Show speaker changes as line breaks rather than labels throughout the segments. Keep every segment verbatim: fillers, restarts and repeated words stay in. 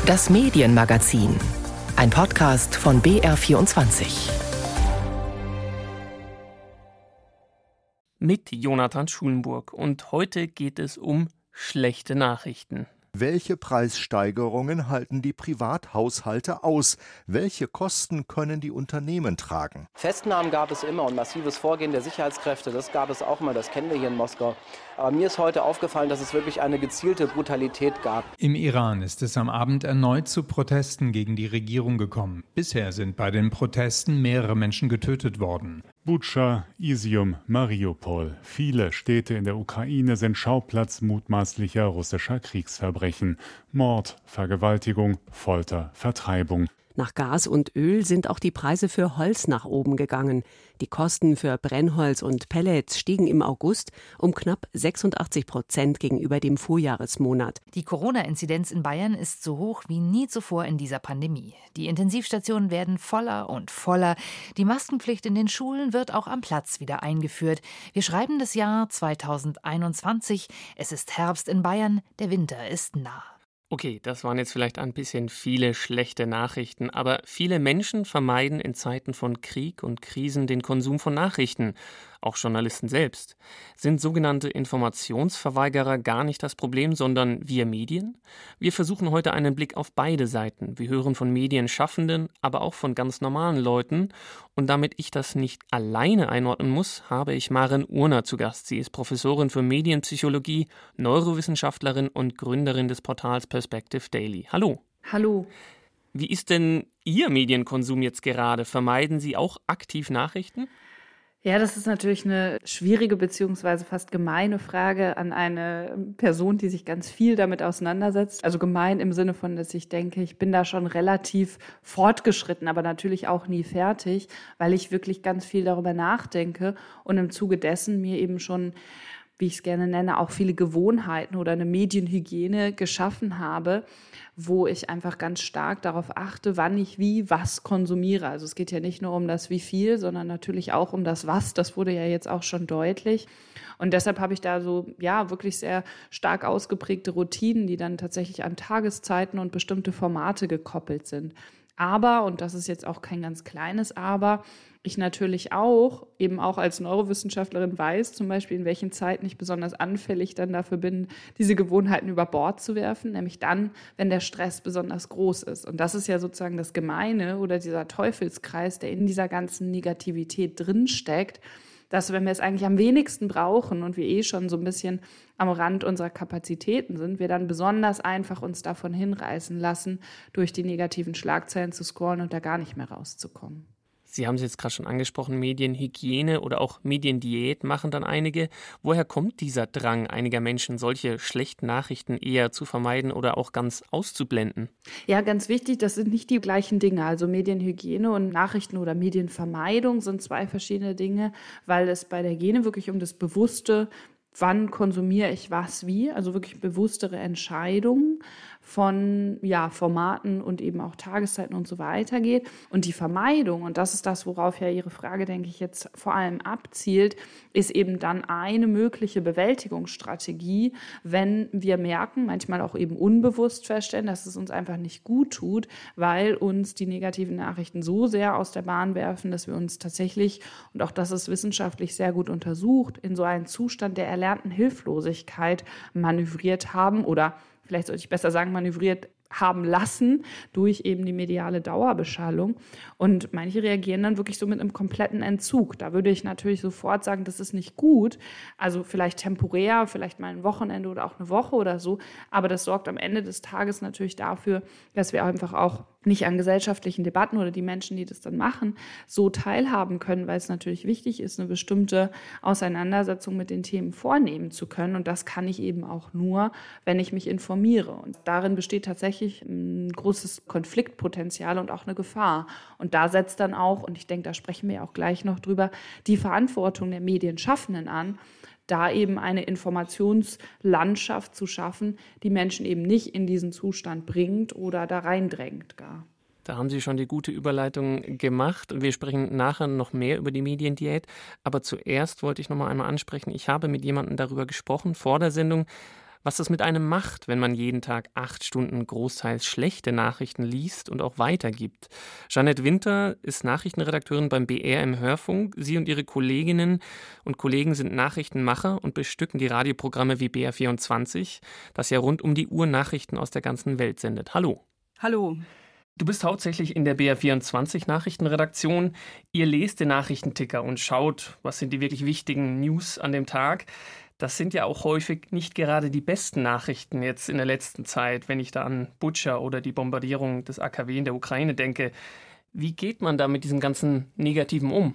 Das Medienmagazin. Ein Podcast von B R vierundzwanzig.
Mit Jonathan Schulenburg. Und heute geht es um schlechte Nachrichten.
Welche Preissteigerungen halten die Privathaushalte aus? Welche Kosten können die Unternehmen tragen?
Festnahmen gab es immer und massives Vorgehen der Sicherheitskräfte, das gab es auch immer, das kennen wir hier in Moskau. Aber mir ist heute aufgefallen, dass es wirklich eine gezielte Brutalität gab.
Im Iran ist es am Abend erneut zu Protesten gegen die Regierung gekommen. Bisher sind bei den Protesten mehrere Menschen getötet worden.
Butscha, Isium, Mariupol. Viele Städte in der Ukraine sind Schauplatz mutmaßlicher russischer Kriegsverbrechen. Mord, Vergewaltigung, Folter, Vertreibung.
Nach Gas und Öl sind auch die Preise für Holz nach oben gegangen. Die Kosten für Brennholz und Pellets stiegen im August um knapp sechsundachtzig Prozent gegenüber dem Vorjahresmonat.
Die Corona-Inzidenz in Bayern ist so hoch wie nie zuvor in dieser Pandemie. Die Intensivstationen werden voller und voller. Die Maskenpflicht in den Schulen wird auch am Platz wieder eingeführt. Wir schreiben das Jahr zweitausendeinundzwanzig. Es ist Herbst in Bayern, der Winter ist nah.
Okay, das waren jetzt vielleicht ein bisschen viele schlechte Nachrichten, aber viele Menschen vermeiden in Zeiten von Krieg und Krisen den Konsum von Nachrichten, auch Journalisten selbst. Sind sogenannte Informationsverweigerer gar nicht das Problem, sondern wir Medien? Wir versuchen heute einen Blick auf beide Seiten. Wir hören von Medienschaffenden, aber auch von ganz normalen Leuten. Und damit ich das nicht alleine einordnen muss, habe ich Maren Urner zu Gast. Sie ist Professorin für Medienpsychologie, Neurowissenschaftlerin und Gründerin des Portals Perspective Daily. Hallo.
Hallo.
Wie ist denn Ihr Medienkonsum jetzt gerade? Vermeiden Sie auch aktiv Nachrichten?
Ja, das ist natürlich eine schwierige beziehungsweise fast gemeine Frage an eine Person, die sich ganz viel damit auseinandersetzt. Also gemein im Sinne von, dass ich denke, ich bin da schon relativ fortgeschritten, aber natürlich auch nie fertig, weil ich wirklich ganz viel darüber nachdenke und im Zuge dessen mir eben schon, wie ich es gerne nenne, auch viele Gewohnheiten oder eine Medienhygiene geschaffen habe, wo ich einfach ganz stark darauf achte, wann ich wie was konsumiere. Also es geht ja nicht nur um das wie viel, sondern natürlich auch um das was. Das wurde ja jetzt auch schon deutlich. Und deshalb habe ich da so, ja, wirklich sehr stark ausgeprägte Routinen, die dann tatsächlich an Tageszeiten und bestimmte Formate gekoppelt sind. Aber, und das ist jetzt auch kein ganz kleines Aber, ich natürlich auch, eben auch als Neurowissenschaftlerin weiß zum Beispiel, in welchen Zeiten ich besonders anfällig dann dafür bin, diese Gewohnheiten über Bord zu werfen, nämlich dann, wenn der Stress besonders groß ist. Und das ist ja sozusagen das Gemeine oder dieser Teufelskreis, der in dieser ganzen Negativität drinsteckt, dass wenn wir es eigentlich am wenigsten brauchen und wir eh schon so ein bisschen am Rand unserer Kapazitäten sind, wir dann besonders einfach uns davon hinreißen lassen, durch die negativen Schlagzeilen zu scrollen und da gar nicht mehr rauszukommen.
Sie haben es jetzt gerade schon angesprochen, Medienhygiene oder auch Mediendiät machen dann einige. Woher kommt dieser Drang einiger Menschen, solche schlechten Nachrichten eher zu vermeiden oder auch ganz auszublenden?
Ja, ganz wichtig, das sind nicht die gleichen Dinge. Also Medienhygiene und Nachrichten oder Medienvermeidung sind zwei verschiedene Dinge, weil es bei der Hygiene wirklich um das bewusste, wann konsumiere ich was wie, also wirklich bewusstere Entscheidungen von ja, Formaten und eben auch Tageszeiten und so weiter geht. Und die Vermeidung, und das ist das, worauf ja Ihre Frage, denke ich, jetzt vor allem abzielt, ist eben dann eine mögliche Bewältigungsstrategie, wenn wir merken, manchmal auch eben unbewusst feststellen, dass es uns einfach nicht gut tut, weil uns die negativen Nachrichten so sehr aus der Bahn werfen, dass wir uns tatsächlich, und auch das ist wissenschaftlich sehr gut untersucht, in so einen Zustand der erlernten Hilflosigkeit manövriert haben oder vielleicht sollte ich besser sagen, manövriert haben lassen durch eben die mediale Dauerbeschallung. Und manche reagieren dann wirklich so mit einem kompletten Entzug. Da würde ich natürlich sofort sagen, das ist nicht gut. Also vielleicht temporär, vielleicht mal ein Wochenende oder auch eine Woche oder so. Aber das sorgt am Ende des Tages natürlich dafür, dass wir einfach auch nicht an gesellschaftlichen Debatten oder die Menschen, die das dann machen, so teilhaben können, weil es natürlich wichtig ist, eine bestimmte Auseinandersetzung mit den Themen vornehmen zu können. Und das kann ich eben auch nur, wenn ich mich informiere. Und darin besteht tatsächlich ein großes Konfliktpotenzial und auch eine Gefahr. Und da setzt dann auch, und ich denke, da sprechen wir auch gleich noch drüber, die Verantwortung der Medienschaffenden an, da eben eine Informationslandschaft zu schaffen, die Menschen eben nicht in diesen Zustand bringt oder da reindrängt gar.
Da haben Sie schon die gute Überleitung gemacht. Wir sprechen nachher noch mehr über die Mediendiät. Aber zuerst wollte ich noch mal einmal ansprechen, ich habe mit jemandem darüber gesprochen vor der Sendung, was das mit einem macht, wenn man jeden Tag acht Stunden großteils schlechte Nachrichten liest und auch weitergibt. Jeanette Winter ist Nachrichtenredakteurin beim B R im Hörfunk. Sie und ihre Kolleginnen und Kollegen sind Nachrichtenmacher und bestücken die Radioprogramme wie B R vierundzwanzig, das ja rund um die Uhr Nachrichten aus der ganzen Welt sendet. Hallo.
Hallo.
Du bist hauptsächlich in der B R vierundzwanzig Nachrichtenredaktion. Ihr lest den Nachrichtenticker und schaut, was sind die wirklich wichtigen News an dem Tag. Das sind ja auch häufig nicht gerade die besten Nachrichten jetzt in der letzten Zeit, wenn ich da an Butscha oder die Bombardierung des A K W in der Ukraine denke. Wie geht man da mit diesem ganzen Negativen um?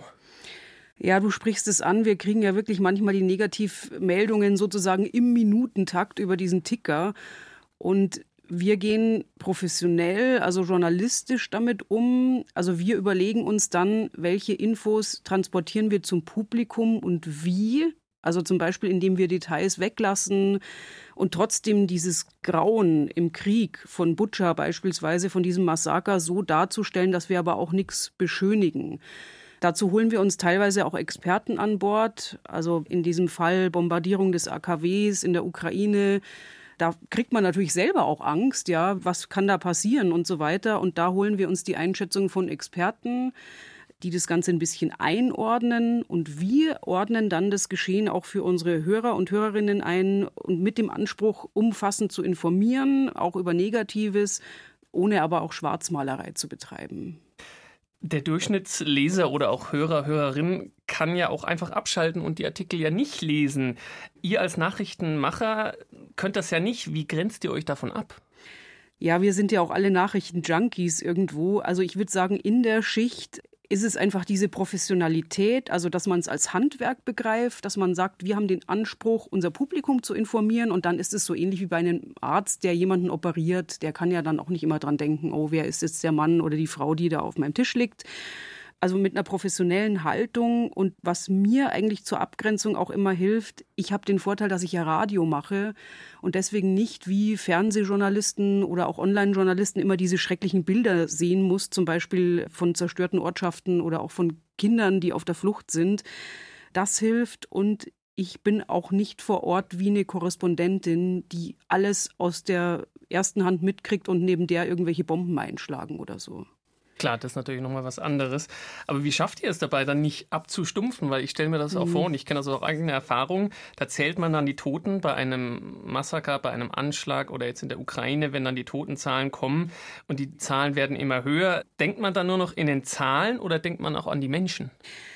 Ja, du sprichst es an. Wir kriegen ja wirklich manchmal die Negativmeldungen sozusagen im Minutentakt über diesen Ticker. Und wir gehen professionell, also journalistisch damit um. Also wir überlegen uns dann, welche Infos transportieren wir zum Publikum und wie. Also zum Beispiel, indem wir Details weglassen und trotzdem dieses Grauen im Krieg von Butscha beispielsweise, von diesem Massaker so darzustellen, dass wir aber auch nichts beschönigen. Dazu holen wir uns teilweise auch Experten an Bord. Also in diesem Fall Bombardierung des A K Ws in der Ukraine. Da kriegt man natürlich selber auch Angst, ja, was kann da passieren und so weiter. Und da holen wir uns die Einschätzung von Experten, die das Ganze ein bisschen einordnen. Und wir ordnen dann das Geschehen auch für unsere Hörer und Hörerinnen ein und mit dem Anspruch, umfassend zu informieren, auch über Negatives, ohne aber auch Schwarzmalerei zu betreiben.
Der Durchschnittsleser oder auch Hörer, Hörerin kann ja auch einfach abschalten und die Artikel ja nicht lesen. Ihr als Nachrichtenmacher könnt das ja nicht. Wie grenzt ihr euch davon ab?
Ja, wir sind ja auch alle Nachrichten-Junkies irgendwo. Also ich würde sagen, in der Schicht ist es einfach diese Professionalität, also dass man es als Handwerk begreift, dass man sagt, wir haben den Anspruch, unser Publikum zu informieren und dann ist es so ähnlich wie bei einem Arzt, der jemanden operiert, der kann ja dann auch nicht immer dran denken, oh, wer ist jetzt der Mann oder die Frau, die da auf meinem Tisch liegt. Also mit einer professionellen Haltung und was mir eigentlich zur Abgrenzung auch immer hilft, ich habe den Vorteil, dass ich ja Radio mache und deswegen nicht wie Fernsehjournalisten oder auch Online-Journalisten immer diese schrecklichen Bilder sehen muss, zum Beispiel von zerstörten Ortschaften oder auch von Kindern, die auf der Flucht sind. Das hilft und ich bin auch nicht vor Ort wie eine Korrespondentin, die alles aus der ersten Hand mitkriegt und neben der irgendwelche Bomben einschlagen oder so.
Klar, das ist natürlich nochmal was anderes. Aber wie schafft ihr es dabei, dann nicht abzustumpfen? Weil ich stelle mir das auch mhm. vor und ich kenne das auch eigene Erfahrung. Da zählt man dann die Toten bei einem Massaker, bei einem Anschlag oder jetzt in der Ukraine, wenn dann die Totenzahlen kommen und die Zahlen werden immer höher. Denkt man dann nur noch in den Zahlen oder denkt man auch an die Menschen?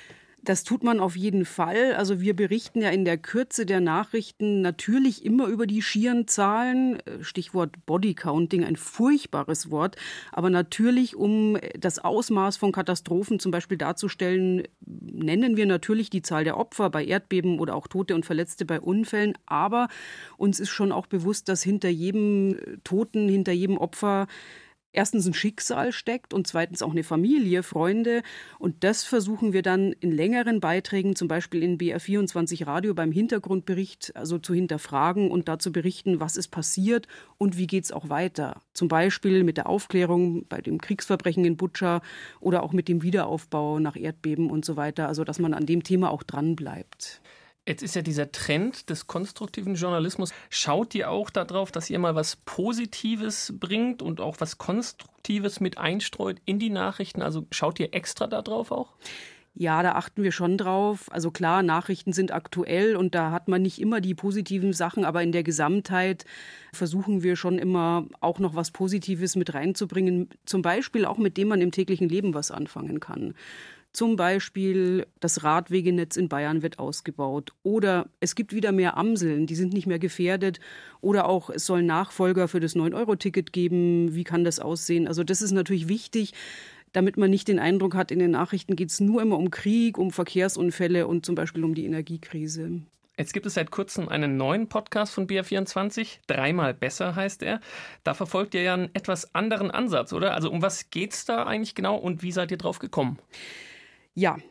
Das tut man auf jeden Fall. Also wir berichten ja in der Kürze der Nachrichten natürlich immer über die schieren Zahlen. Stichwort Bodycounting, ein furchtbares Wort. Aber natürlich, um das Ausmaß von Katastrophen zum Beispiel darzustellen, nennen wir natürlich die Zahl der Opfer bei Erdbeben oder auch Tote und Verletzte bei Unfällen. Aber uns ist schon auch bewusst, dass hinter jedem Toten, hinter jedem Opfer erstens ein Schicksal steckt und zweitens auch eine Familie, Freunde. Und das versuchen wir dann in längeren Beiträgen, zum Beispiel in B R vierundzwanzig Radio beim Hintergrundbericht, also zu hinterfragen und dazu berichten, was ist passiert und wie geht es auch weiter. Zum Beispiel mit der Aufklärung bei dem Kriegsverbrechen in Butscha oder auch mit dem Wiederaufbau nach Erdbeben und so weiter. Also dass man an dem Thema auch dranbleibt.
Jetzt ist ja dieser Trend des konstruktiven Journalismus. Schaut ihr auch darauf, dass ihr mal was Positives bringt und auch was Konstruktives mit einstreut in die Nachrichten? Also schaut ihr extra darauf auch?
Ja, da achten wir schon drauf. Also klar, Nachrichten sind aktuell und da hat man nicht immer die positiven Sachen, aber in der Gesamtheit versuchen wir schon immer auch noch was Positives mit reinzubringen. Zum Beispiel auch mit dem man im täglichen Leben was anfangen kann. Zum Beispiel, das Radwegenetz in Bayern wird ausgebaut oder es gibt wieder mehr Amseln, die sind nicht mehr gefährdet oder auch es soll Nachfolger für das neun Euro Ticket geben. Wie kann das aussehen? Also das ist natürlich wichtig, damit man nicht den Eindruck hat, in den Nachrichten geht es nur immer um Krieg, um Verkehrsunfälle und zum Beispiel um die Energiekrise.
Jetzt gibt es seit kurzem einen neuen Podcast von B R vierundzwanzig, dreimal besser heißt er. Da verfolgt ihr ja einen etwas anderen Ansatz, oder? Also um was geht's da eigentlich genau und wie seid ihr drauf gekommen?
Ja,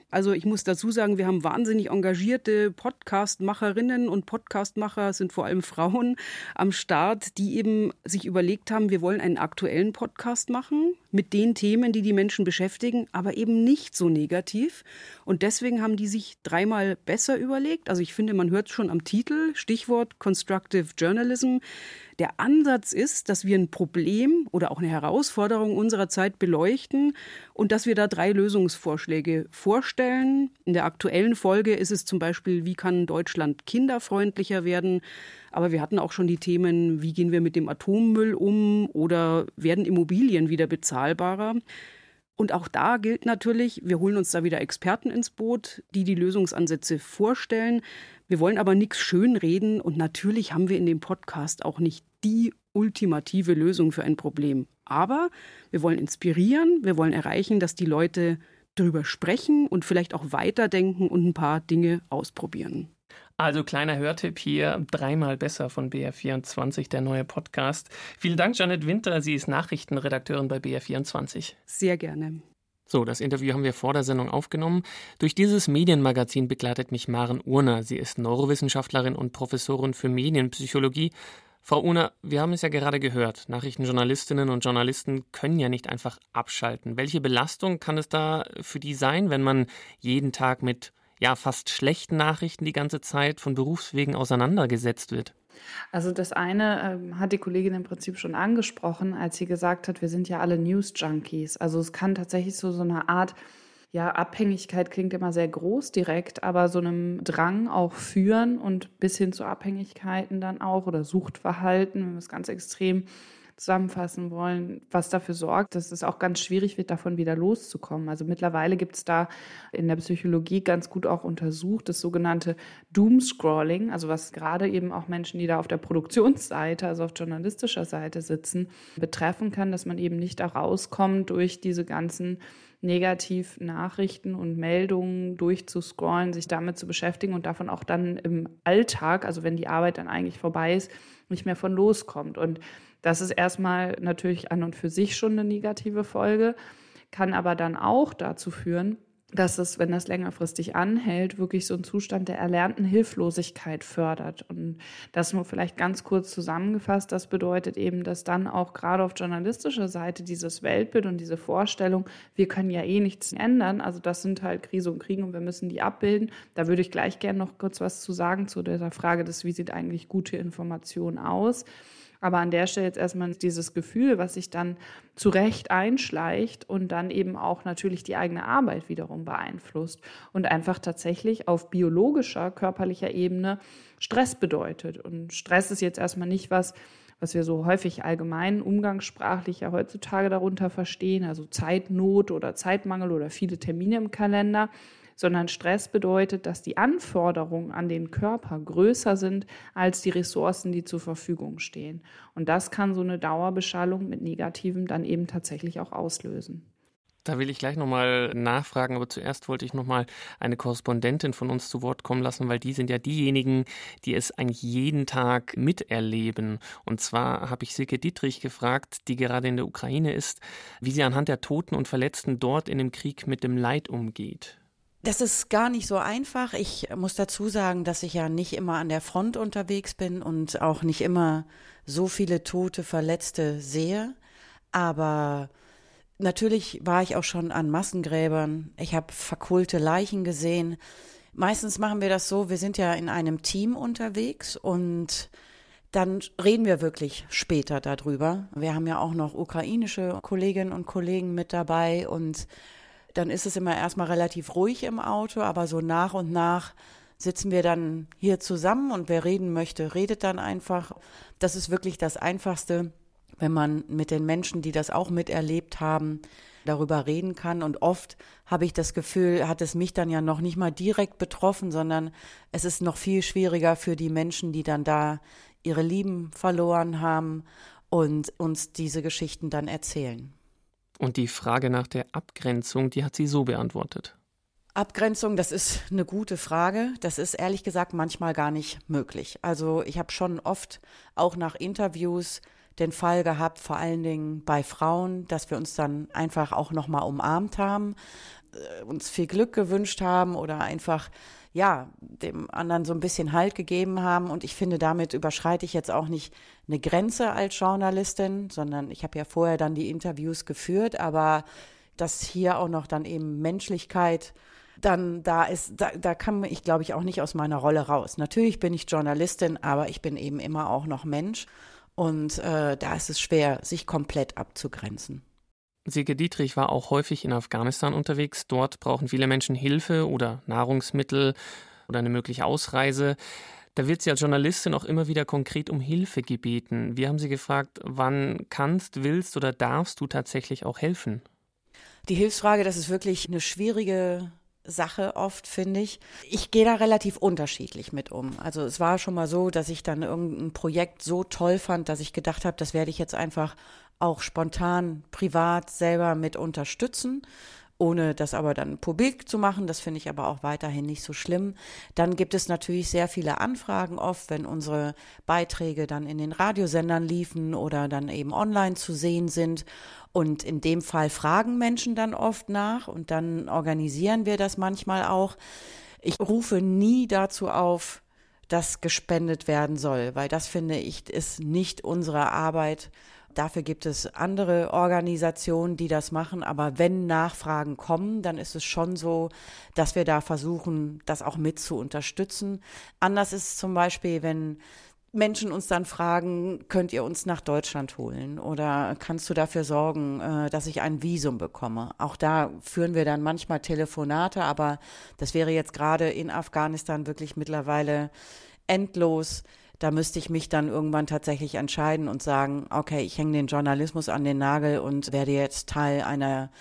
Also ich muss dazu sagen, wir haben wahnsinnig engagierte Podcast-Macherinnen und Podcast-Macher, sind vor allem Frauen am Start, die eben sich überlegt haben, wir wollen einen aktuellen Podcast machen mit den Themen, die die Menschen beschäftigen, aber eben nicht so negativ. Und deswegen haben die sich dreimal besser überlegt. Also ich finde, man hört schon am Titel, Stichwort Constructive Journalism. Der Ansatz ist, dass wir ein Problem oder auch eine Herausforderung unserer Zeit beleuchten und dass wir da drei Lösungsvorschläge vorstellen. In der aktuellen Folge ist es zum Beispiel, wie kann Deutschland kinderfreundlicher werden? Aber wir hatten auch schon die Themen, wie gehen wir mit dem Atommüll um oder werden Immobilien wieder bezahlbarer? Und auch da gilt natürlich, wir holen uns da wieder Experten ins Boot, die die Lösungsansätze vorstellen. Wir wollen aber nichts schönreden und natürlich haben wir in dem Podcast auch nicht die ultimative Lösung für ein Problem. Aber wir wollen inspirieren, wir wollen erreichen, dass die Leute darüber sprechen und vielleicht auch weiterdenken und ein paar Dinge ausprobieren.
Also kleiner Hörtipp hier, dreimal besser von B R vierundzwanzig, der neue Podcast. Vielen Dank, Jeanette Winter, sie ist Nachrichtenredakteurin bei B R vierundzwanzig.
Sehr gerne.
So, das Interview haben wir vor der Sendung aufgenommen. Durch dieses Medienmagazin begleitet mich Maren Urner. Sie ist Neurowissenschaftlerin und Professorin für Medienpsychologie. Frau Urner, wir haben es ja gerade gehört, Nachrichtenjournalistinnen und Journalisten können ja nicht einfach abschalten. Welche Belastung kann es da für die sein, wenn man jeden Tag mit ja fast schlechten Nachrichten die ganze Zeit von Berufswegen auseinandergesetzt wird?
Also das eine ähm, hat die Kollegin im Prinzip schon angesprochen, als sie gesagt hat, wir sind ja alle News-Junkies. Also es kann tatsächlich so, so eine Art, ja, Abhängigkeit klingt immer sehr groß direkt, aber so einem Drang auch führen und bis hin zu Abhängigkeiten dann auch oder Suchtverhalten, wenn wir es ganz extrem zusammenfassen wollen, was dafür sorgt, dass es auch ganz schwierig wird, davon wieder loszukommen. Also mittlerweile gibt es da in der Psychologie ganz gut auch untersucht, das sogenannte Doomscrolling, also was gerade eben auch Menschen, die da auf der Produktionsseite, also auf journalistischer Seite sitzen, betreffen kann, dass man eben nicht da rauskommt, durch diese ganzen Negativ-Nachrichten und Meldungen durchzuscrollen, sich damit zu beschäftigen und davon auch dann im Alltag, also wenn die Arbeit dann eigentlich vorbei ist, nicht mehr von loskommt. Und das ist erstmal natürlich an und für sich schon eine negative Folge, kann aber dann auch dazu führen, dass es, wenn das längerfristig anhält, wirklich so einen Zustand der erlernten Hilflosigkeit fördert. Und das nur vielleicht ganz kurz zusammengefasst, das bedeutet eben, dass dann auch gerade auf journalistischer Seite dieses Weltbild und diese Vorstellung, wir können ja eh nichts ändern, also das sind halt Krise und Krieg und wir müssen die abbilden. Da würde ich gleich gerne noch kurz was zu sagen zu dieser Frage des, wie sieht eigentlich gute Information aus. Aber an der Stelle jetzt erstmal dieses Gefühl, was sich dann zu Recht einschleicht und dann eben auch natürlich die eigene Arbeit wiederum beeinflusst und einfach tatsächlich auf biologischer, körperlicher Ebene Stress bedeutet. Und Stress ist jetzt erstmal nicht was, was wir so häufig allgemein umgangssprachlich ja heutzutage darunter verstehen, also Zeitnot oder Zeitmangel oder viele Termine im Kalender, sondern Stress bedeutet, dass die Anforderungen an den Körper größer sind als die Ressourcen, die zur Verfügung stehen. Und das kann so eine Dauerbeschallung mit Negativem dann eben tatsächlich auch auslösen.
Da will ich gleich nochmal nachfragen, aber zuerst wollte ich nochmal eine Korrespondentin von uns zu Wort kommen lassen, weil die sind ja diejenigen, die es eigentlich jeden Tag miterleben. Und zwar habe ich Silke Dietrich gefragt, die gerade in der Ukraine ist, wie sie anhand der Toten und Verletzten dort in dem Krieg mit dem Leid umgeht.
Das ist gar nicht so einfach. Ich muss dazu sagen, dass ich ja nicht immer an der Front unterwegs bin und auch nicht immer so viele Tote, Verletzte sehe. Aber natürlich war ich auch schon an Massengräbern. Ich habe verkohlte Leichen gesehen. Meistens machen wir das so, wir sind ja in einem Team unterwegs und dann reden wir wirklich später darüber. Wir haben ja auch noch ukrainische Kolleginnen und Kollegen mit dabei und dann ist es immer erstmal relativ ruhig im Auto, aber so nach und nach sitzen wir dann hier zusammen und wer reden möchte, redet dann einfach. Das ist wirklich das Einfachste, wenn man mit den Menschen, die das auch miterlebt haben, darüber reden kann. Und oft habe ich das Gefühl, hat es mich dann ja noch nicht mal direkt betroffen, sondern es ist noch viel schwieriger für die Menschen, die dann da ihre Lieben verloren haben und uns diese Geschichten dann erzählen.
Und die Frage nach der Abgrenzung, die hat sie so beantwortet.
Abgrenzung, das ist eine gute Frage. Das ist ehrlich gesagt manchmal gar nicht möglich. Also ich habe schon oft auch nach Interviews den Fall gehabt, vor allen Dingen bei Frauen, dass wir uns dann einfach auch nochmal umarmt haben, äh, uns viel Glück gewünscht haben oder einfach, ja, dem anderen so ein bisschen Halt gegeben haben. Und ich finde, damit überschreite ich jetzt auch nicht eine Grenze als Journalistin, sondern ich habe ja vorher dann die Interviews geführt, aber dass hier auch noch dann eben Menschlichkeit dann da ist, da, da kann ich, glaube ich, auch nicht aus meiner Rolle raus. Natürlich bin ich Journalistin, aber ich bin eben immer auch noch Mensch. Und äh, da ist es schwer, sich komplett abzugrenzen.
Silke Dietrich war auch häufig in Afghanistan unterwegs. Dort brauchen viele Menschen Hilfe oder Nahrungsmittel oder eine mögliche Ausreise. Da wird sie als Journalistin auch immer wieder konkret um Hilfe gebeten. Wir haben sie gefragt, wann kannst, willst oder darfst du tatsächlich auch helfen?
Die Hilfsfrage, das ist wirklich eine schwierige Sache oft, finde ich. Ich gehe da relativ unterschiedlich mit um. Also es war schon mal so, dass ich dann irgendein Projekt so toll fand, dass ich gedacht habe, das werde ich jetzt einfach auch spontan, privat selber mit unterstützen, ohne das aber dann publik zu machen. Das finde ich aber auch weiterhin nicht so schlimm. Dann gibt es natürlich sehr viele Anfragen oft, wenn unsere Beiträge dann in den Radiosendern liefen oder dann eben online zu sehen sind. Und in dem Fall fragen Menschen dann oft nach und dann organisieren wir das manchmal auch. Ich rufe nie dazu auf, dass gespendet werden soll, weil das, finde ich, ist nicht unsere Arbeit. Dafür gibt es andere Organisationen, die das machen. Aber wenn Nachfragen kommen, dann ist es schon so, dass wir da versuchen, das auch mit zu unterstützen. Anders ist es zum Beispiel, wenn Menschen uns dann fragen, könnt ihr uns nach Deutschland holen oder kannst du dafür sorgen, dass ich ein Visum bekomme? Auch da führen wir dann manchmal Telefonate, aber das wäre jetzt gerade in Afghanistan wirklich mittlerweile endlos. Da müsste ich mich dann irgendwann tatsächlich entscheiden und sagen, okay, ich hänge den Journalismus an den Nagel und werde jetzt Teil einer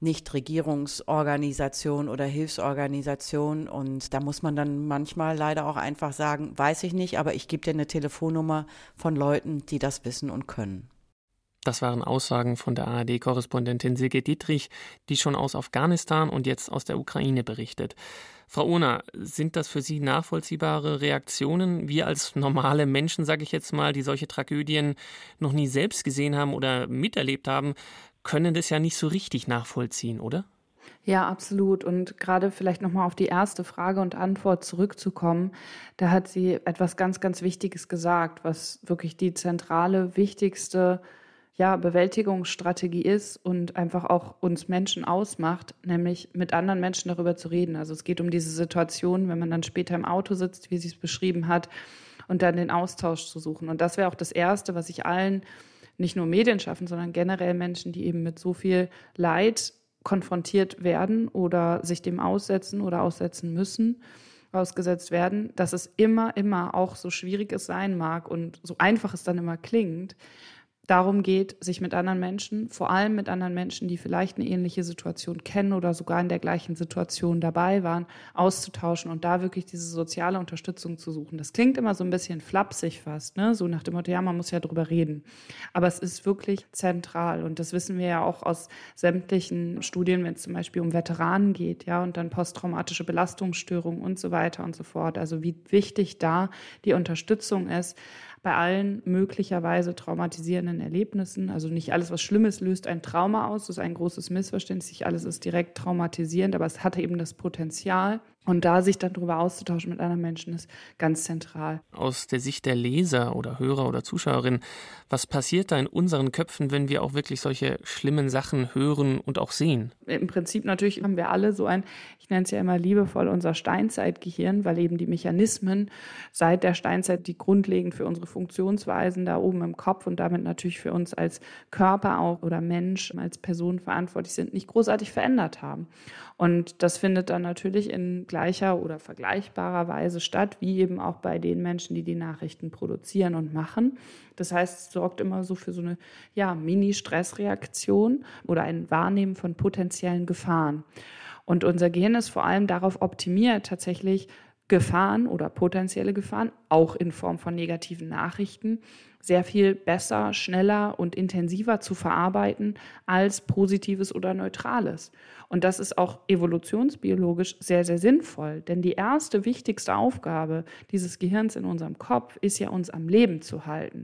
Nichtregierungsorganisation oder Hilfsorganisation. Und da muss man dann manchmal leider auch einfach sagen, weiß ich nicht, aber ich gebe dir eine Telefonnummer von Leuten, die das wissen und können.
Das waren Aussagen von der A R D-Korrespondentin Silke Dietrich, die schon aus Afghanistan und jetzt aus der Ukraine berichtet. Frau Ohner, sind das für Sie nachvollziehbare Reaktionen? Wir als normale Menschen, sage ich jetzt mal, die solche Tragödien noch nie selbst gesehen haben oder miterlebt haben, können das ja nicht so richtig nachvollziehen, oder?
Ja, absolut. Und gerade vielleicht nochmal auf die erste Frage und Antwort zurückzukommen, da hat sie etwas ganz, ganz Wichtiges gesagt, was wirklich die zentrale, wichtigste ja, Bewältigungsstrategie ist und einfach auch uns Menschen ausmacht, nämlich mit anderen Menschen darüber zu reden. Also es geht um diese Situation, wenn man dann später im Auto sitzt, wie sie es beschrieben hat, und dann den Austausch zu suchen. Und das wäre auch das Erste, was ich allen, nicht nur Medien schaffen, sondern generell Menschen, die eben mit so viel Leid konfrontiert werden oder sich dem aussetzen oder aussetzen müssen, ausgesetzt werden, dass es immer, immer auch so schwierig es sein mag und so einfach es dann immer klingt, darum geht, sich mit anderen Menschen, vor allem mit anderen Menschen, die vielleicht eine ähnliche Situation kennen oder sogar in der gleichen Situation dabei waren, auszutauschen und da wirklich diese soziale Unterstützung zu suchen. Das klingt immer so ein bisschen flapsig fast, ne? So nach dem Motto, ja, man muss ja drüber reden. Aber es ist wirklich zentral und das wissen wir ja auch aus sämtlichen Studien, wenn es zum Beispiel um Veteranen geht, ja, und dann posttraumatische Belastungsstörungen und so weiter und so fort. Also wie wichtig da die Unterstützung ist, bei allen möglicherweise traumatisierenden Erlebnissen. Also nicht alles, was Schlimmes, löst ein Trauma aus. Das ist ein großes Missverständnis. Nicht alles ist direkt traumatisierend, aber es hatte eben das Potenzial. Und da sich dann darüber auszutauschen mit anderen Menschen ist ganz zentral.
Aus der Sicht der Leser oder Hörer oder Zuschauerin, was passiert da in unseren Köpfen, wenn wir auch wirklich solche schlimmen Sachen hören und auch sehen?
Im Prinzip natürlich haben wir alle so ein, ich nenne es ja immer liebevoll, unser Steinzeitgehirn, weil eben die Mechanismen seit der Steinzeit, die grundlegend für unsere Funktionsweisen da oben im Kopf und damit natürlich für uns als Körper auch oder Mensch, als Person verantwortlich sind, nicht großartig verändert haben. Und das findet dann natürlich in gleicher oder vergleichbarer Weise statt, wie eben auch bei den Menschen, die die Nachrichten produzieren und machen. Das heißt, es sorgt immer so für so eine ja, Mini-Stressreaktion oder ein Wahrnehmen von potenziellen Gefahren. Und unser Gehirn ist vor allem darauf optimiert, tatsächlich Gefahren oder potenzielle Gefahren, auch in Form von negativen Nachrichten, sehr viel besser, schneller und intensiver zu verarbeiten als Positives oder Neutrales. Und das ist auch evolutionsbiologisch sehr, sehr sinnvoll, denn die erste wichtigste Aufgabe dieses Gehirns in unserem Kopf ist ja, uns am Leben zu halten.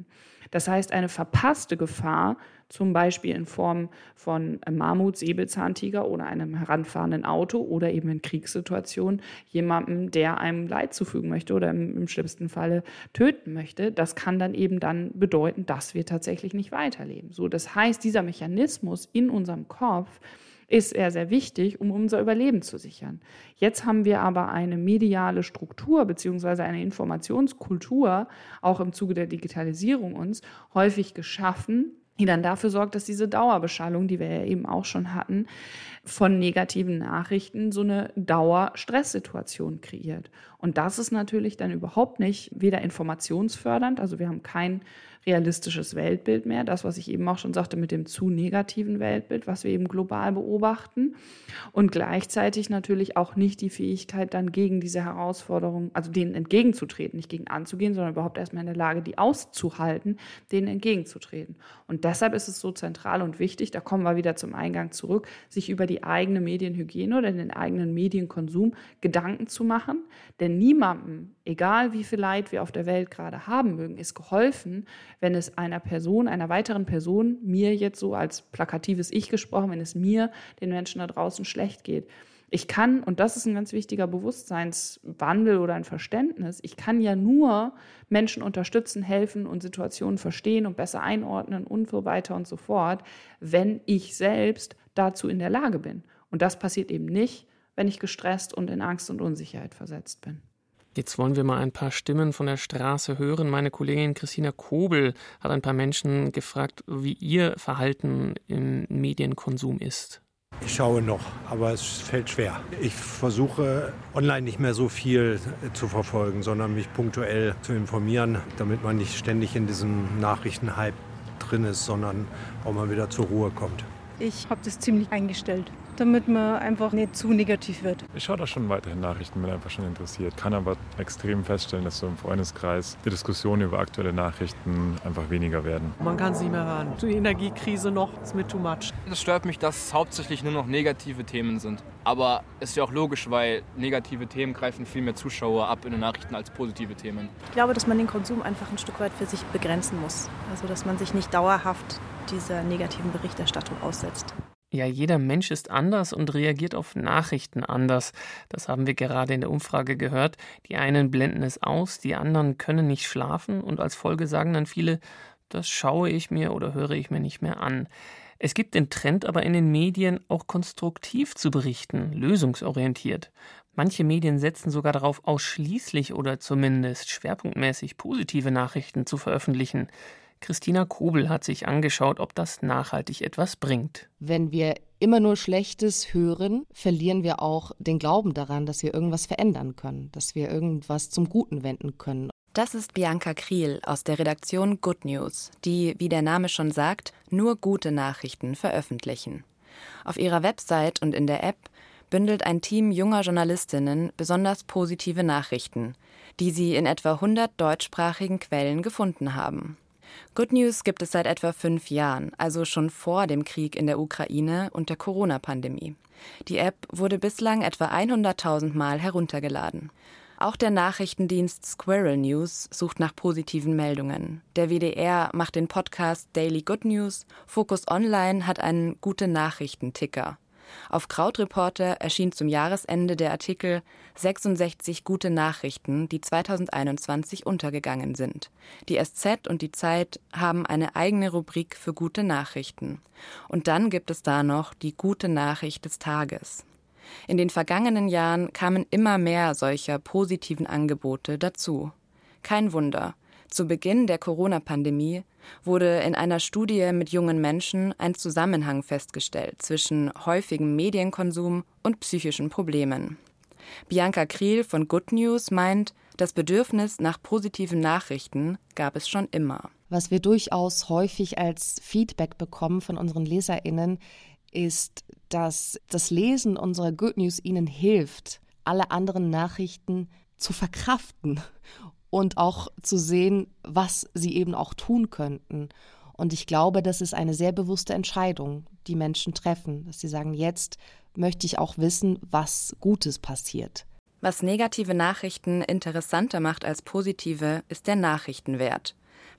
Das heißt, eine verpasste Gefahr, zum Beispiel in Form von Mammut, Säbelzahntiger oder einem heranfahrenden Auto oder eben in Kriegssituationen jemandem, der einem Leid zufügen möchte oder im, im schlimmsten Falle töten möchte, das kann dann eben dann bedeuten, dass wir tatsächlich nicht weiterleben. So, das heißt, dieser Mechanismus in unserem Kopf ist sehr, sehr wichtig, um unser Überleben zu sichern. Jetzt haben wir aber eine mediale Struktur bzw. eine Informationskultur, auch im Zuge der Digitalisierung uns, häufig geschaffen, die dann dafür sorgt, dass diese Dauerbeschallung, die wir ja eben auch schon hatten, von negativen Nachrichten so eine Dauerstresssituation kreiert. Und das ist natürlich dann überhaupt nicht weder informationsfördernd, also wir haben kein realistisches Weltbild mehr, das, was ich eben auch schon sagte mit dem zu negativen Weltbild, was wir eben global beobachten und gleichzeitig natürlich auch nicht die Fähigkeit, dann gegen diese Herausforderungen, also denen entgegenzutreten, nicht gegen anzugehen, sondern überhaupt erstmal in der Lage, die auszuhalten, denen entgegenzutreten. Und deshalb ist es so zentral und wichtig, da kommen wir wieder zum Eingang zurück, sich über die eigene Medienhygiene oder den eigenen Medienkonsum Gedanken zu machen, denn niemandem, egal wie viel Leid wir auf der Welt gerade haben mögen, ist geholfen, wenn es einer Person, einer weiteren Person, mir jetzt so als plakatives Ich gesprochen, wenn es mir, den Menschen da draußen schlecht geht. Ich kann, und das ist ein ganz wichtiger Bewusstseinswandel oder ein Verständnis, ich kann ja nur Menschen unterstützen, helfen und Situationen verstehen und besser einordnen und so weiter und so fort, wenn ich selbst dazu in der Lage bin. Und das passiert eben nicht, wenn ich gestresst und in Angst und Unsicherheit versetzt bin.
Jetzt wollen wir mal ein paar Stimmen von der Straße hören. Meine Kollegin Christina Kobel hat ein paar Menschen gefragt, wie ihr Verhalten im Medienkonsum ist.
Ich schaue noch, aber es fällt schwer. Ich versuche online nicht mehr so viel zu verfolgen, sondern mich punktuell zu informieren, damit man nicht ständig in diesem Nachrichtenhype drin ist, sondern auch mal wieder zur Ruhe kommt.
Ich habe das ziemlich eingestellt, damit man einfach nicht zu negativ wird.
Ich schaue da schon weiterhin Nachrichten, bin einfach schon interessiert. Kann aber extrem feststellen, dass so im Freundeskreis die Diskussionen über aktuelle Nachrichten einfach weniger werden.
Man kann es nicht mehr hören. Die Energiekrise noch, ist mir too much.
Es stört mich, dass es hauptsächlich nur noch negative Themen sind. Aber ist ja auch logisch, weil negative Themen greifen viel mehr Zuschauer ab in den Nachrichten als positive Themen.
Ich glaube, dass man den Konsum einfach ein Stück weit für sich begrenzen muss. Also dass man sich nicht dauerhaft dieser negativen Berichterstattung aussetzt.
Ja, jeder Mensch ist anders und reagiert auf Nachrichten anders. Das haben wir gerade in der Umfrage gehört. Die einen blenden es aus, die anderen können nicht schlafen und als Folge sagen dann viele, das schaue ich mir oder höre ich mir nicht mehr an. Es gibt den Trend aber in den Medien auch konstruktiv zu berichten, lösungsorientiert. Manche Medien setzen sogar darauf, ausschließlich oder zumindest schwerpunktmäßig positive Nachrichten zu veröffentlichen. Christina Kobel hat sich angeschaut, ob das nachhaltig etwas bringt.
Wenn wir immer nur Schlechtes hören, verlieren wir auch den Glauben daran, dass wir irgendwas verändern können, dass wir irgendwas zum Guten wenden können.
Das ist Bianca Kriel aus der Redaktion Good News, die, wie der Name schon sagt, nur gute Nachrichten veröffentlichen. Auf ihrer Website und in der App bündelt ein Team junger Journalistinnen besonders positive Nachrichten, die sie in etwa hundert deutschsprachigen Quellen gefunden haben. Good News gibt es seit etwa fünf Jahren, also schon vor dem Krieg in der Ukraine und der Corona-Pandemie. Die App wurde bislang etwa hunderttausend Mal heruntergeladen. Auch der Nachrichtendienst Squirrel News sucht nach positiven Meldungen. Der W D R macht den Podcast Daily Good News. Focus Online hat einen Gute-Nachrichten-Ticker. Auf Krautreporter erschien zum Jahresende der Artikel sechsundsechzig gute Nachrichten, die zweitausendeinundzwanzig untergegangen sind. Die S Z und die Zeit haben eine eigene Rubrik für gute Nachrichten. Und dann gibt es da noch die gute Nachricht des Tages. In den vergangenen Jahren kamen immer mehr solcher positiven Angebote dazu. Kein Wunder. Zu Beginn der Corona-Pandemie wurde in einer Studie mit jungen Menschen ein Zusammenhang festgestellt zwischen häufigem Medienkonsum und psychischen Problemen. Bianca Kriel von Good News meint, das Bedürfnis nach positiven Nachrichten gab es schon immer.
Was wir durchaus häufig als Feedback bekommen von unseren LeserInnen, ist, dass das Lesen unserer Good News ihnen hilft, alle anderen Nachrichten zu verkraften und auch zu sehen, was sie eben auch tun könnten. Und ich glaube, das ist eine sehr bewusste Entscheidung, die Menschen treffen, dass sie sagen, jetzt möchte ich auch wissen, was Gutes passiert.
Was negative Nachrichten interessanter macht als positive, ist der Nachrichtenwert.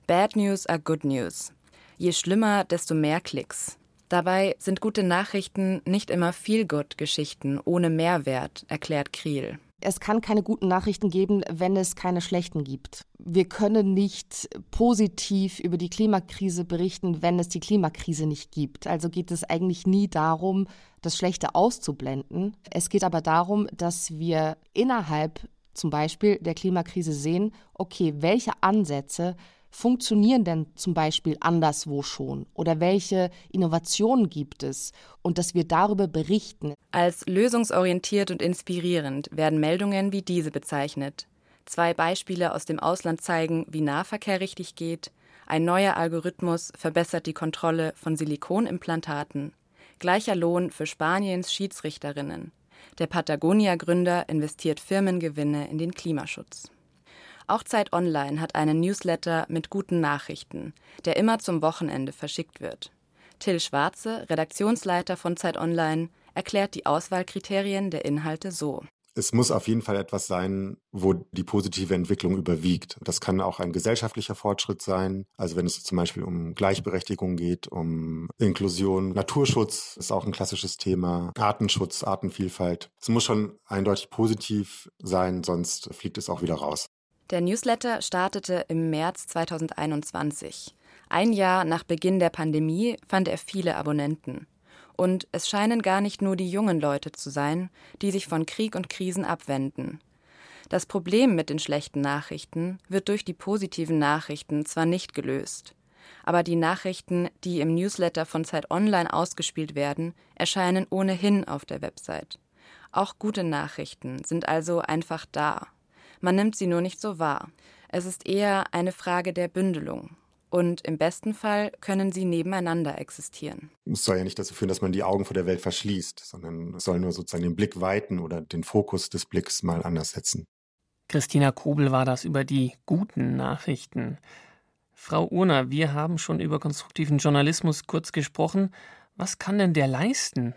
Bad News are good news. Je schlimmer, desto mehr Klicks. Dabei sind gute Nachrichten nicht immer Feel-Good-Geschichten ohne Mehrwert, erklärt Kriel.
Es kann keine guten Nachrichten geben, wenn es keine schlechten gibt. Wir können nicht positiv über die Klimakrise berichten, wenn es die Klimakrise nicht gibt. Also geht es eigentlich nie darum, das Schlechte auszublenden. Es geht aber darum, dass wir innerhalb zum Beispiel der Klimakrise sehen, okay, welche Ansätze funktionieren denn zum Beispiel anderswo schon oder welche Innovationen gibt es und dass wir darüber berichten.
Als lösungsorientiert und inspirierend werden Meldungen wie diese bezeichnet. Zwei Beispiele aus dem Ausland zeigen, wie Nahverkehr richtig geht. Ein neuer Algorithmus verbessert die Kontrolle von Silikonimplantaten. Gleicher Lohn für Spaniens Schiedsrichterinnen. Der Patagonia-Gründer investiert Firmengewinne in den Klimaschutz. Auch Zeit Online hat einen Newsletter mit guten Nachrichten, der immer zum Wochenende verschickt wird. Till Schwarze, Redaktionsleiter von Zeit Online, erklärt die Auswahlkriterien der Inhalte so.
Es muss auf jeden Fall etwas sein, wo die positive Entwicklung überwiegt. Das kann auch ein gesellschaftlicher Fortschritt sein. Also wenn es zum Beispiel um Gleichberechtigung geht, um Inklusion, Naturschutz ist auch ein klassisches Thema, Artenschutz, Artenvielfalt. Es muss schon eindeutig positiv sein, sonst fliegt es auch wieder raus.
Der Newsletter startete im März zweitausendeinundzwanzig. Ein Jahr nach Beginn der Pandemie fand er viele Abonnenten. Und es scheinen gar nicht nur die jungen Leute zu sein, die sich von Krieg und Krisen abwenden. Das Problem mit den schlechten Nachrichten wird durch die positiven Nachrichten zwar nicht gelöst, aber die Nachrichten, die im Newsletter von Zeit Online ausgespielt werden, erscheinen ohnehin auf der Website. Auch gute Nachrichten sind also einfach da. Man nimmt sie nur nicht so wahr. Es ist eher eine Frage der Bündelung. Und im besten Fall können sie nebeneinander existieren.
Es soll ja nicht dazu führen, dass man die Augen vor der Welt verschließt, sondern es soll nur sozusagen den Blick weiten oder den Fokus des Blicks mal anders setzen.
Christina Kobel war das über die guten Nachrichten. Frau Urner, wir haben schon über konstruktiven Journalismus kurz gesprochen. Was kann denn der leisten?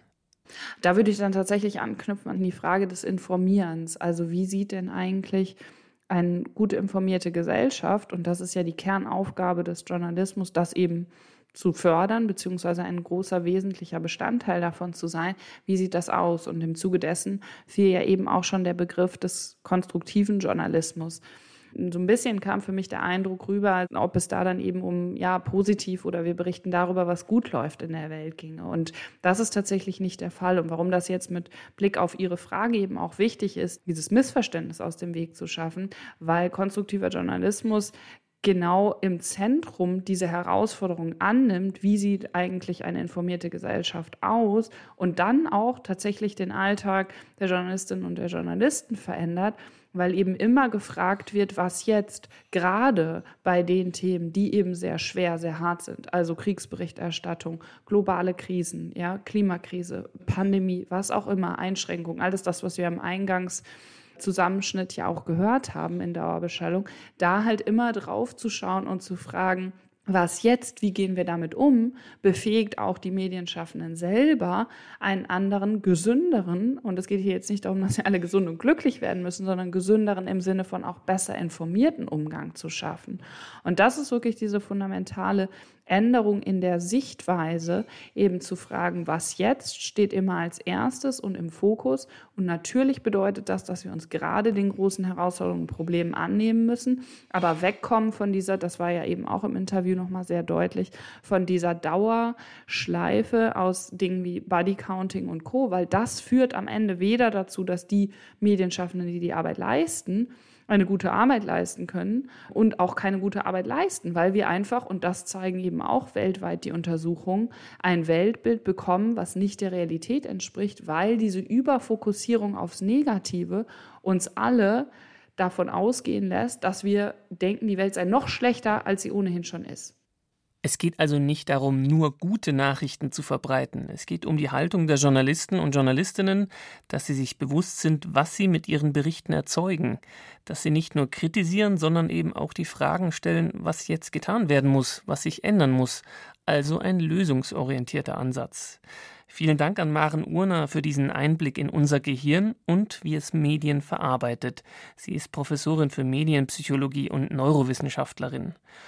Da würde ich dann tatsächlich anknüpfen an die Frage des Informierens. Also wie sieht denn eigentlich eine gut informierte Gesellschaft, und das ist ja die Kernaufgabe des Journalismus, das eben zu fördern, beziehungsweise ein großer wesentlicher Bestandteil davon zu sein, wie sieht das aus? Und im Zuge dessen fiel ja eben auch schon der Begriff des konstruktiven Journalismus. So ein bisschen kam für mich der Eindruck rüber, ob es da dann eben um, ja, positiv oder wir berichten darüber, was gut läuft in der Welt ginge. Und das ist tatsächlich nicht der Fall. Und warum das jetzt mit Blick auf Ihre Frage eben auch wichtig ist, dieses Missverständnis aus dem Weg zu schaffen, weil konstruktiver Journalismus genau im Zentrum diese Herausforderung annimmt, wie sieht eigentlich eine informierte Gesellschaft aus und dann auch tatsächlich den Alltag der Journalistinnen und der Journalisten verändert, weil eben immer gefragt wird, was jetzt gerade bei den Themen, die eben sehr schwer, sehr hart sind, also Kriegsberichterstattung, globale Krisen, ja, Klimakrise, Pandemie, was auch immer, Einschränkungen, alles das, was wir im Eingangszusammenschnitt ja auch gehört haben in Dauerbeschallung, da halt immer drauf zu schauen und zu fragen, was jetzt, wie gehen wir damit um, befähigt auch die Medienschaffenden selber, einen anderen, gesünderen, und es geht hier jetzt nicht darum, dass wir alle gesund und glücklich werden müssen, sondern gesünderen im Sinne von auch besser informierten Umgang zu schaffen. Und das ist wirklich diese fundamentale Änderung in der Sichtweise, eben zu fragen, was jetzt steht immer als erstes und im Fokus. Und natürlich bedeutet das, dass wir uns gerade den großen Herausforderungen und Problemen annehmen müssen, aber wegkommen von dieser, das war ja eben auch im Interview nochmal sehr deutlich, von dieser Dauerschleife aus Dingen wie Bodycounting und Co., weil das führt am Ende weder dazu, dass die Medienschaffenden, die die Arbeit leisten, eine gute Arbeit leisten können und auch keine gute Arbeit leisten, weil wir einfach, und das zeigen eben auch weltweit die Untersuchungen, ein Weltbild bekommen, was nicht der Realität entspricht, weil diese Überfokussierung aufs Negative uns alle davon ausgehen lässt, dass wir denken, die Welt sei noch schlechter, als sie ohnehin schon ist.
Es geht also nicht darum, nur gute Nachrichten zu verbreiten. Es geht um die Haltung der Journalisten und Journalistinnen, dass sie sich bewusst sind, was sie mit ihren Berichten erzeugen. Dass sie nicht nur kritisieren, sondern eben auch die Fragen stellen, was jetzt getan werden muss, was sich ändern muss. Also ein lösungsorientierter Ansatz. Vielen Dank an Maren Urner für diesen Einblick in unser Gehirn und wie es Medien verarbeitet. Sie ist Professorin für Medienpsychologie und Neurowissenschaftlerin.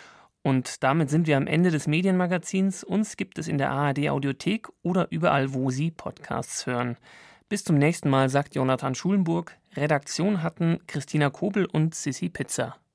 Und damit sind wir am Ende des Medienmagazins. Uns gibt es in der A R D-Audiothek oder überall, wo Sie Podcasts hören. Bis zum nächsten Mal, sagt Jonathan Schulenburg. Redaktion hatten Christina Kobel und Sissi Pitzer.